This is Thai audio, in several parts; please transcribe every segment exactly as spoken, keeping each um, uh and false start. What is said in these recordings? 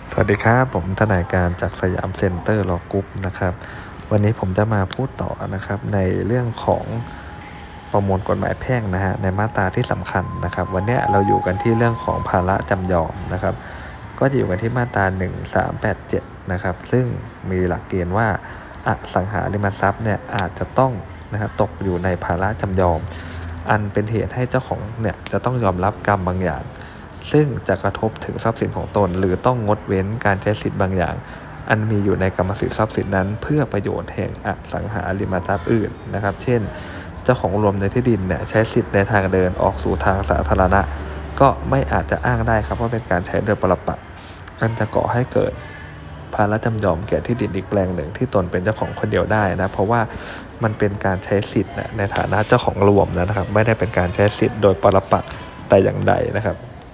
สวัสดีครับผมทนายการจากสยามเซ็นเตอร์ลอกรุ๊ปนะครับวันนี้ผมจะมาพูดต่อนะครับในเรื่องของประมวลกฎหมายแพ่งนะฮะในมาตราที่สำคัญนะครับวันนี้เราอยู่กันที่เรื่องของภาระจำยอมนะครับก็จะอยู่กันที่มาตราหนึ่งสามแปดเจ็ดนะครับซึ่งมีหลักเกณฑ์ว่าอสังหาริมทรัพย์เนี่ยอาจจะต้องนะครับตกอยู่ในภาระจำยอมอันเป็นเหตุให้เจ้าของเนี่ยจะต้องยอมรับกรรมบางอย่างซึ่งจะกระทบถึงทรัพย์สินของตนหรือต้องงดเว้นการใช้สิทธิ์บางอย่างอันมีอยู่ในกรรมสิทธิ์ทรัพย์สินนั้นเพื่อประโยชน์แห่งอสังหาริมทรัพย์อื่นนะครับเช่นเจ้าของรวมในที่ดินเนี่ยใช้สิทธิ์ในทางเดินออกสู่ทางสาธารณะก็ไม่อาจจะอ้างได้ครับว่าเป็นการใช้โดยปรปักษ์อันจะก่อให้เกิดภาระจำยอมแก่ที่ดินอีกแปลงหนึ่งที่ตนเป็นเจ้าของคนเดียวได้นะเพราะว่ามันเป็นการใช้สิทธิ์ในฐานะเจ้าของรวมนะครับไม่ได้เป็นการใช้สิทธิ์โดยปรปักษ์แต่อย่างใดนะครับ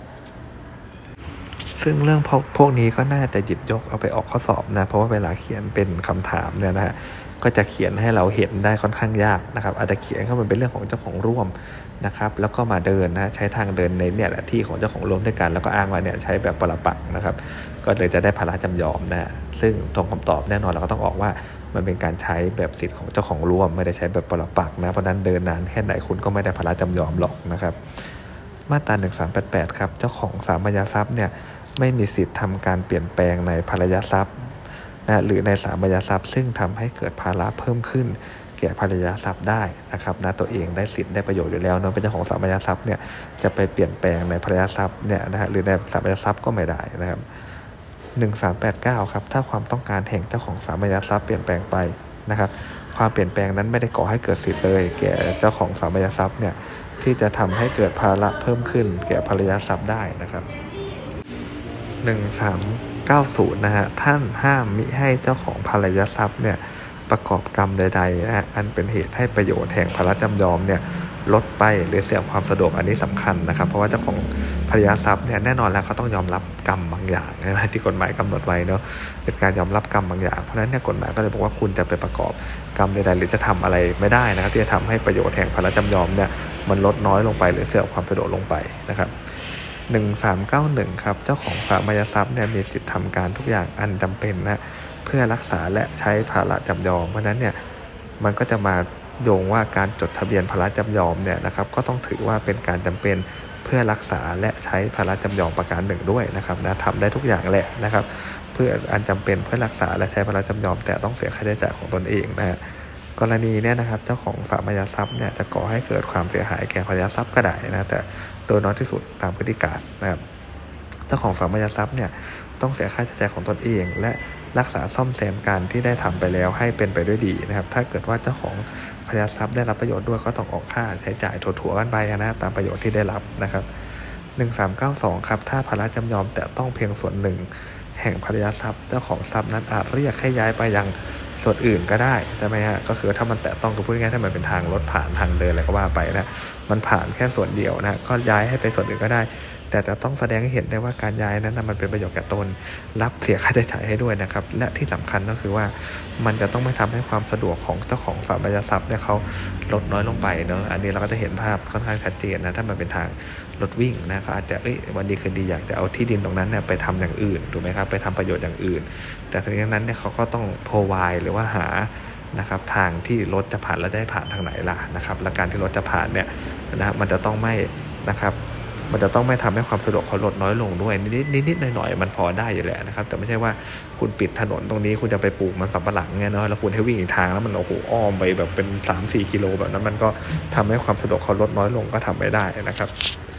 ซึ่งเรื่องพวกพวกนี้ก็น่าจะหยิบยกเอาไปออกข้อสอบนะเพราะว่าเวลาเขียนเป็นคำถามเนี่ยนะฮะก็จะเขียนให้เราเห็นได้ค่อนข้างยากนะครับอาจจะเขียนเข้ามาเป็นเรื่องของเจ้าของร่วมนะครับแล้วก็มาเดินนะใช้ทางเดินในเนี่ยแหละที่ของเจ้าของร่วมด้วยกันแล้วก็อ้างว่าเนี่ยใช้แบบปรปักษ์นะครับก็เลยจะได้ภาระจำยอมนะซึ่งตรงคำตอบแน่นอนเราก็ต้องออกว่ามันเป็นการใช้แบบสิทธิ์ของเจ้าของร่วมไม่ได้ใช้แบบปรปักษ์นะเพราะนั้นเดินนานแค่ไหนคุณก็ไม่ได้ภาระจำยอมหรอกนะครับมาตราหนึ่งสามแปดแปดครับเจ้าของสามัญทรัพย์เนี่ยไม่มีสิทธิ์ทำการเปลี่ยนแปลงในภรรยทรัพย์นะหรือในสามัญทรัพย์ซึ่งทำให้เกิดภาระเพิ่มขึ้นแก่ภรรยทรัพย์ได้นะครับนะตัวเองได้สิทธิ์ได้ประโยชน์อยู่แล้วเนาะเป็นเจ้าของสามัญทรัพย์เนี่ยจะไปเปลี่ยนแปลงในภรรยทรัพย์เนี่ยนะฮะหรือในสามัญทรัพย์ก็ไม่ได้นะครับหนึ่งสามแปดเก้าครับถ้าความต้องการแห่งเจ้าของสามัญทรัพย์เปลี่ยนแปลงไปนะครับความเปลี่ยนแปลงนั้นไม่ได้ก่อให้เกิดสิทธิ์เลยแก่เจ้าของสามัญทรัพย์เนี่ยที่จะทำให้เกิดภาระเพิ่มขึ้นแก่ภรรยทรัพย์ได้นะครับหนึ่งสามเก้าศูนย์นะฮะท่านห้ามมิให้เจ้าของภรรยทรัพย์เนี่ยประกอบกรรมใดๆนะฮะอันเป็นเหตุให้ประโยชน์แห่งภาระจำยอมเนี่ยลดไปหรือเสื่อมความสะดวกอันนี้สำคัญนะครับเพราะว่าเจ้าของภรรยทรัพย์เนี่ยแน่นอนแล้วเขาต้องยอมรับกรรมบางอย่างนะที่กฎหมายกำหนดไว้เนาะเป็นการยอมรับกรรมบางอย่างเพราะฉะนั้นเนี่ยกฎหมายก็เลยบอกว่าคุณจะไปประกอบกรรมใดๆหรือจะทำอะไรไม่ได้นะครับที่จะทำให้ประโยชน์แห่งภาระจำยอมเนี่ยมันลดน้อยลงไปหรือเสื่อมความสะดวกลงไปนะครับหนึ่งสามเก้าหนึ่งครับเจ้าของสามัญทรัพย์เนี่ยมีสิทธิ์ทำการทุกอย่างอันจำเป็นนะเพื่อรักษาและใช้ภาระจำยอมเพราะนั้นเนี่ยมันก็จะมาโยงว่าการจดทะเบียนภาระจำยอมเนี่ยนะครับก็ต้องถือว่าเป็นการจำเป็นเพื่อรักษาและใช้ภาระจำยอมประการหนึ่งด้วยนะครับนะทำได้ทุกอย่างแหละนะครับเพื่ออันจำเป็นเพื่อรักษาและใช้ภาระจำยอมแต่ต้องเสียค่าใช้จ่ายของตนเองนะฮะกรณีเนี่ยนะครับเจ้าของสามัญทรัพย์เนี่ยจะก่อให้เกิดความเสียหายแก่ภรรยทรัพย์ก็ได้นะแต่โดยน้อยที่สุดตามพฤติการนะครับเจ้าของสามัญทรัพย์เนี่ยต้องเสียค่าใช้จ่ายของตนเองและรักษาซ่อมแซมการที่ได้ทำไปแล้วให้เป็นไปด้วยดีนะครับถ้าเกิดว่าเจ้าของภรรยทรัพย์ได้รับประโยชน์ด้วยก็ต้องออกค่าใช้จ่ายถั่วๆกันไปนะตามประโยชน์ที่ได้รับนะครับหนึ่งสามเก้าสองครับถ้าภาระจำยอมแต่ต้องเพียงส่วนหนึ่งแห่งภรรยทรัพย์เจ้าของทรัพย์นั้นอาจเรียกให้ย้ายไปยังส่วนอื่นก็ได้ใช่ไหมฮะก็คือถ้ามันแตะต้องตัวพูดง่ายๆถ้ามันเป็นทางรถผ่านทางเดินอะไรก็ว่าไปนะมันผ่านแค่ส่วนเดียวนะก็ย้ายให้ไปส่วนอื่นก็ได้แต่จะต้องแสดงให้เห็นได้ว่าการย้ายนั้นนะมันเป็นประโยชน์แก่ตนรับเสียค่าใช้จ่ายให้ด้วยนะครับและที่สำคัญก็คือว่ามันจะต้องไม่ทำให้ความสะดวกของเจ้าของสามัญทรัพย์เนี่ยเขาลดน้อยลงไปเนาะอันนี้เราก็จะเห็นภาพค่อนข้างชัดเจนนะถ้ามันเป็นทางรถวิ่งนะเขาอาจจะเอ้ยวันดีคืนดีอยากจะเอาที่ดินตรงนั้นเนี่ยไปทำอย่างอื่นถูกไหมครับไปทำประโยชน์อย่างอื่นแต่ทั้งนี้นั้นเนี่ยเขาก็ต้องโพรไวด์หรือว่าหานะครับทางที่รถจะผ่านแล้วจะให้ผ่านทางไหนล่ะนะครับและการที่รถจะผ่านเนี่ยนะมันจะต้องไม่นะครับมันจะต้องไม่ทำให้ความสะดวกเขาลดน้อยลงด้วยนิดนิดนิดหน่อยๆมันพอได้อยู่แหละนะครับแต่ไม่ใช่ว่าคุณปิดถนนตรงนี้คุณจะไปปลูกมันสำปะหลังเงี้ยเนาะแล้วคุณให้วิ่งอีกทางแล้วมันโอ้โหอ้อมไปแบบเป็น สามถึงสี่ กิโลแบบนั้นมันก็ทำให้ความสะดวกเขาลดน้อยลงก็ทำไม่ได้นะครับ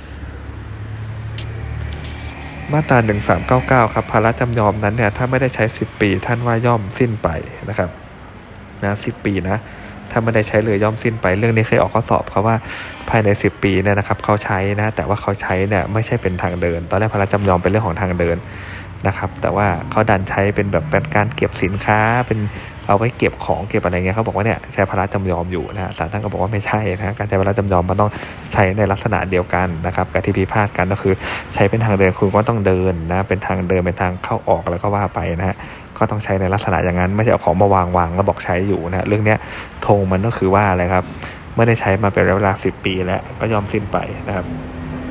มาตราหนึ่งสามเก้าเก้าครับภาระจำยอมนั้นเนี่ยถ้าไม่ได้ใช้สิบปีท่านว่าย่อมสิ้นไปนะครับนะสิบปีนะถ้าไม่ได้ใช้เลยย่อมสิ้นไปเรื่องนี้เคยออกข้อสอบเขาว่าภายในสิบปีเนี่ยนะครับเขาใช้นะแต่ว่าเขาใช้เนี่ยไม่ใช่เป็นทางเดินตอนแรกภาระจำยอมเป็นเรื่องของทางเดินนะครับแต่ว่าเขาดันใช้เป็นแบบเป็นการเก็บสินค้าเป็นเอาไว้เก็บของเก็บอะไรเงี้ยเขาบอกว่าเนี่ยใช้ภาระจำยอมอยู่นะฮะศาลท่านก็บอกว่าไม่ใช่นะการใช้ภาระจำยอมมันต้องใช้ในลักษณะเดียวกันนะครับกับที่พิพาทกันก็คือใช้เป็นทางเดินคุณก็ต้องเดินนะเป็นทางเดินเป็นทางเข้าออกแล้วก็ว่าไปนะฮะก็ต้องใช้ในลักษณะอย่างนั้นไม่ใช่เอาของมาวางวางแล้วบอกใช้อยู่นะเรื่องเนี้ยธงมันก็คือว่าอะไรครับไม่ได้ใช้มาเป็นเวลาสิบปีแล้วก็ยอมสิ้นไปนะครับ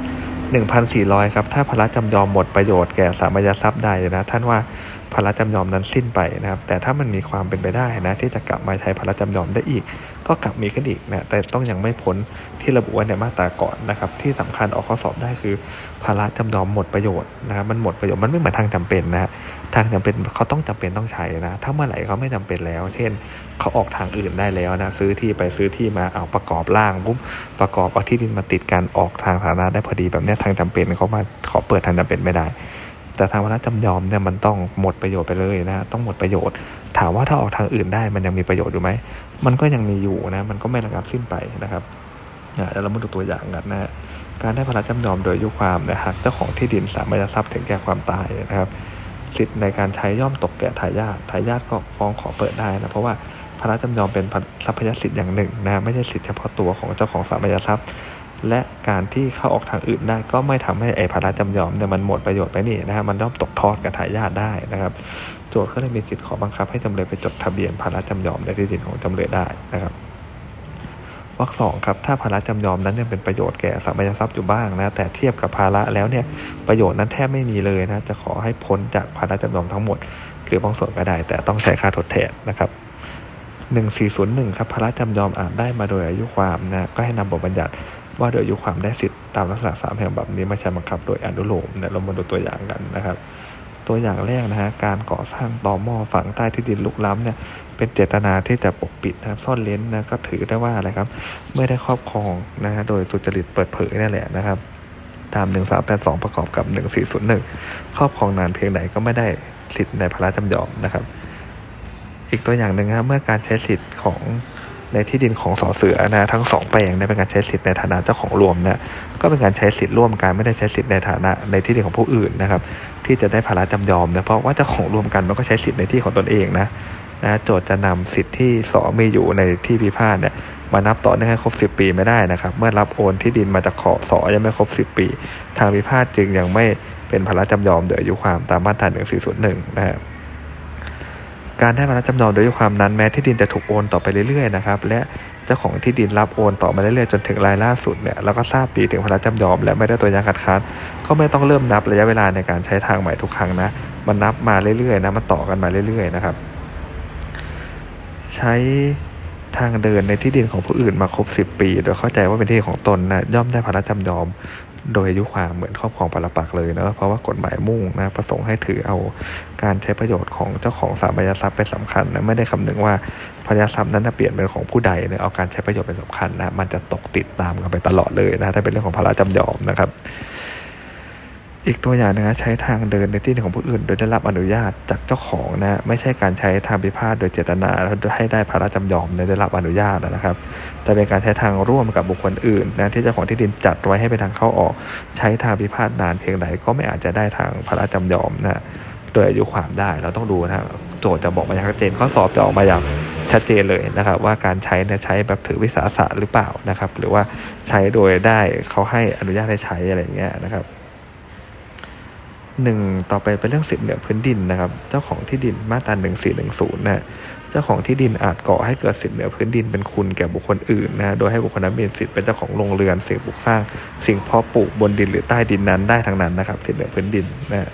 หนึ่งพันสี่ร้อยครับถ้าภาระจำยอมหมดประโยชน์แก่สามัญทรัพย์ใดนะท่านว่าภาระจำยอมนั้นสิ้นไปนะครับแต่ถ้ามันมีความเป็นไปได้นะที่จะกลับมาใช้ภาระจำยอมได้อีกก็กลับมีขึ้นอีกนะแต่ต้องยังไม่พ้นที่ระบุไว้ในมาตราก่อนนะครับที่สำคัญออกข้อสอบได้คือภาระจำยอมหมดประโยชน์นะมันหมดประโยชน์มันไม่เหมือนทางจำเป็นนะทางจำเป็นเขาต้องจำเป็นต้องใช้นะถ้าเมื่อไหร่เขาไม่จำเป็นแล้วเช่นเขาออกทางอื่นได้แล้วนะซื้อที่ไปซื้อที่มาเอาประกอบร่างปุ๊บประกอบเอาที่ดินมาติดกันออกทางสาธารณะได้พอดีแบบนี้ทางจำเป็นเขามาขอเปิดทางจำเป็นไม่ได้แต่ทางภาระจำยอมเนี่ยมันต้องหมดประโยชน์ไปเลยนะต้องหมดประโยชน์ถามว่าถ้าออกทางอื่นได้มันยังมีประโยชน์อยู่ไหมมันก็ยังมีอยู่นะมันก็ไม่ระงับสิ้นไปนะครับเดี๋ยวเรามาดูตัวอย่างกันนะการได้ภาระจำยอมโดยอายุความนะหากเจ้าของที่ดินสามัญทรัพย์ถึงแก่ความตายนะครับสิทธิ์ในการใช้ย่อมตกแก่ทายาททายาทก็ฟ้องขอเปิดได้นะเพราะว่าภาระจำยอมเป็นทรัพยสิทธิ์อย่างหนึ่งนะไม่ใช่สิทธิ์เฉพาะตัวของเจ้าของสามัญทรัพย์และการที่เข้าออกทางอื่นได้ก็ไม่ทำให้ไอ้ภาระจำยอมเนี่ยมันหมดประโยชน์ไปนี่นะฮะมันย่อมตกทอดกับทายาทได้นะครับโจทก์ก็เลยมีสิทธิ์ขอบังคับให้จำเลยไปจดทะเบียนภาระจำยอมในที่ดินของจำเลยได้นะครับวรรคสองครับถ้าภาระจำยอมนั้นยังเป็นประโยชน์แก่สามัญทรัพย์อยู่บ้างนะแต่เทียบกับภาระแล้วเนี่ยประโยชน์นั้นแทบไม่มีเลยนะจะขอให้พ้นจากภาระจำยอมทั้งหมดหรือบางส่วนก็ได้แต่ต้องใช้ค่าทดแทนนะครับหนึ่งสี่ศูนย์หนึ่งครับภาระจำยอมอาจได้มาโดยอายุความนะก็ให้นำบทบัญญัติว่าโดยอายุความได้สิทธิ์ตามลักษณะสามแห่งแบบนี้มาใช้บังคับโดยอนุโลมเนี่ยเรามาดูตัวอย่างกันนะครับตัวอย่างแรกนะฮะการก่อสร้างต่อหม้อฝังใต้ที่ดินลุกล้ำเนี่ยเป็นเจตนาที่จะปกปิดนะครับซ่อนเร้นนะก็ถือได้ว่าอะไรครับไม่ได้ครอบครองนะฮะโดยสุจริตเปิดเผยนั่นแหละนะครับตามหนึ่งสามแปดสองประกอบกับหนึ่งสี่ศูนย์หนึ่งครอบครองนานเพียงใดก็ไม่ได้สิทธิ์ในภาระจำยอมนะครับอีกตัวอย่างหนึ่งครับเมื่อการใช้สิทธิ์ของในที่ดินของสอเสือนะทั้งสองแปลงเนี่ยเป็นการใช้สิทธิ์ในฐานะเจ้าของรวมเนี่ยก็เป็นการใช้สิทธิ์ร่วมกันไม่ได้ใช้สิทธิ์ในฐานะในที่ดินของผู้อื่นนะครับที่จะได้ภาระจำยอมนะเพราะว่าเจ้าของรวมกันมันก็ใช้สิทธิ์ในที่ของตนเองนะนะโจทย์จะนำสิทธิ์ที่สอมีอยู่ในที่พิพาทเนี่ยมานับต่อเนื่องให้ครบสิบปีไม่ได้นะครับเมื่อรับโอนที่ดินมาจากขอสอยังไม่ครบสิบปีทางพิพาทจึงยังไม่เป็นภาระจำยอมโดยอายุความตามมาตราหนึ่งสี่ศูนย์หนึ่งนะครับการได้ภาระจำยอมโดยอายุความนั้นแม้ที่ดินจะถูกโอนต่อไปเรื่อยๆนะครับและเจ้าของที่ดินรับโอนต่อมาเรื่อยๆจนถึงรายล่าสุดเนี่ยแล้วก็ทราบดีถึงภาระจำยอมและไม่ได้ตัวอย่างคัดค้านก็ไม่ต้องเริ่มนับระยะเวลาในการใช้ทางใหม่ทุกครั้งนะมันนับมาเรื่อยๆนะมันต่อกันมาเรื่อยๆนะครับใช้ทางเดินในที่ดินของผู้อื่นมาครบสิบปีโดยเข้าใจว่าเป็นที่ของตนนะย่อมได้ภาระจำยอมโดยอายุความเหมือนครอบครองปรปักษ์เลยนะเพราะว่ากฎหมายมุ่งนะประสงค์ให้ถือเอาการใช้ประโยชน์ของเจ้าของสามัญทรัพย์เป็นสำคัญนะไม่ได้คำนึงว่าภาระทรัพย์นั้นเปลี่ยนเป็นของผู้ใดเนี่ยเอาการใช้ประโยชน์เป็นสำคัญนะมันจะตกติดตามกันไปตลอดเลยนะถ้าเป็นเรื่องของภาระจำยอมนะครับอีกตัวอย่างนึงนะใช้ทางเดินในที่ดินของผู้อื่นโดยได้รับอนุญาตจากเจ้าของนะไม่ใช่การใช้ทางพิพาทโดยเจตนาแล้วให้ได้ภาระจำยอมได้รับอนุญาตนะครับแต่เป็นการใช้ทางร่วมกับบุคคลอื่นนะที่เจ้าของที่ดินจัดไว้ให้เป็นทางเข้าออกใช้ทางพิพาทนานเพียงใดก็ไม่อาจจะได้ทางภาระจำยอมนะโดยอายุความได้เราต้องดูนะโจทย์จะบอกมาอย่างชัดเจนข้อสอบจะออกมาอย่างชัดเจนเลยนะครับว่าการใช้เนี่ยใช้แบบถือวิสาสะหรือเปล่านะครับหรือว่าใช้โดยได้เขาให้อนุญาตให้ใช้อะไรอย่างเงี้ยนะครับหนึ่งต่อไปเป็นเรื่องสิทธิเหนือพื้นดินนะครับเจ้าของที่ดินมาตราหนึ่งสี่หนึ่งศูนย์นะเจ้าของที่ดินอาจก่อให้เกิดสิทธิเหนือพื้นดินเป็นคุณแก่บุคคลอื่นนะโดยให้บุคคลนั้นมีสิทธิ์เป็นเจ้าของโรงเรือนสิ่งปลูกสร้างสิ่งเพาะปลูกบนดินหรือใต้ดินนั้นได้ทั้งนั้นนะครับสิทธิเหนือพื้นดินนะ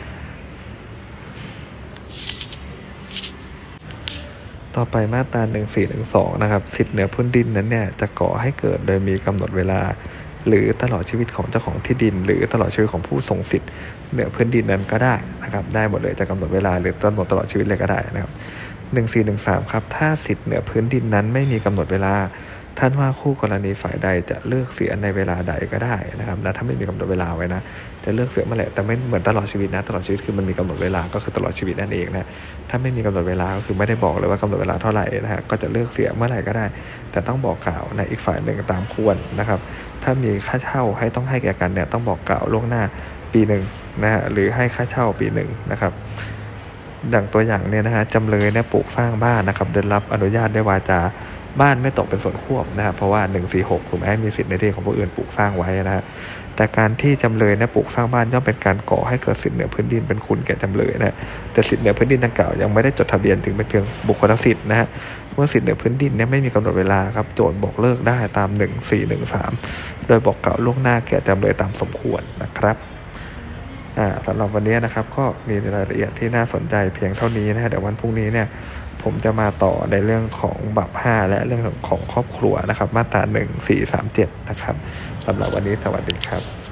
ต่อไปมาตราหนึ่งสี่หนึ่งสองนะครับสิทธิเหนือพื้นดินนั้นเนี่ยจะก่อให้เกิดโดยมีกำหนดเวลาหรือตลอดชีวิตของเจ้าของที่ดินหรือตลอดชีวิตของผู้ทรงสิทธิ์เหนือพื้นดินนั้นก็ได้นะครับได้หมดเลยจะกำหนดเวลาหรือกำหนดตลอดชีวิตเลยก็ได้นะครับหนึ่งสี่หนึ่งสามครับถ้าสิทธิ์เหนือพื้นดินนั้นไม่มีกำหนดเวลาท่านว่าคู่กรณีฝ่ายใดจะเลิกเสียในเวลาใดก็ได้นะครับนะถ้าไม่มีกำหนดเวลาไว้นะจะเลิกเสียเมื่อไหร่แต่ไม่เหมือนตลอดชีวิตนะตลอดชีวิตคือมันมีกำหนดเวลาก็คือตลอดชีวิตนั่นเองนะถ้าไม่มีกำหนดเวลาก็คือไม่ได้บอกเลยว่ากำหนดเวลาเท่าไหร่นะฮะก็จะเลิกเสียเมื่อไหร่ก็ได้แต่ต้องบอกกล่าวในอีกฝ่ายหนึ่งตามควรนะครับถ้ามีค่าเช่าให้ต้องให้แก่กันเนี่ยต้องบอกกล่าวล่วงหน้าปีหนึ่งนะฮะหรือให้ค่าเช่าปีหนึ่งนะครับอย่างตัวอย่างเนี่ยนะฮะจำเลยเนี่ยปลูกสร้างบ้านนะครับได้รับอนุญาตด้วยวาจาบ้านไม่ตกเป็นส่วนควบนะครับเพราะว่าหนึ่งสี่หกถูกไหมมีสิทธิ์ในที่ของผู้อื่นปลูกสร้างไว้นะฮะแต่การที่จำเลยเนี่ยปลูกสร้างบ้านย่อมเป็นการก่อให้เกิดสิทธิ์เหนือพื้นดินเป็นคุณแก่จำเลยนะแต่สิทธิ์เหนือพื้นดินดังกล่าวยังไม่ได้จดทะเบียนถึงเป็นเพียงบุคคลสิทธิ์นะฮะเมื่อสิทธิ์เหนือพื้นดินเนี่ยไม่มีกำหนดเวลาครับโจทย์บอกเลิกได้ตามหนึ่งสี่หนึ่งสามโดยบอกกล่าวล่วงหน้าแก่จำเลยตามสมควรนะครับอ่าสำหรับวันนี้นะครับก็มีรายละเอียดที่น่าสนใจเพียงเท่านี้นะฮะเดี๋ยววันพรุ่งนี้เนี่ยผมจะมาต่อในเรื่องของบับห้าและเรื่องของครอบครัวนะครับมาตราหนึ่งสี่สามเจ็ดนะครับสำหรับวันนี้สวัสดีครับ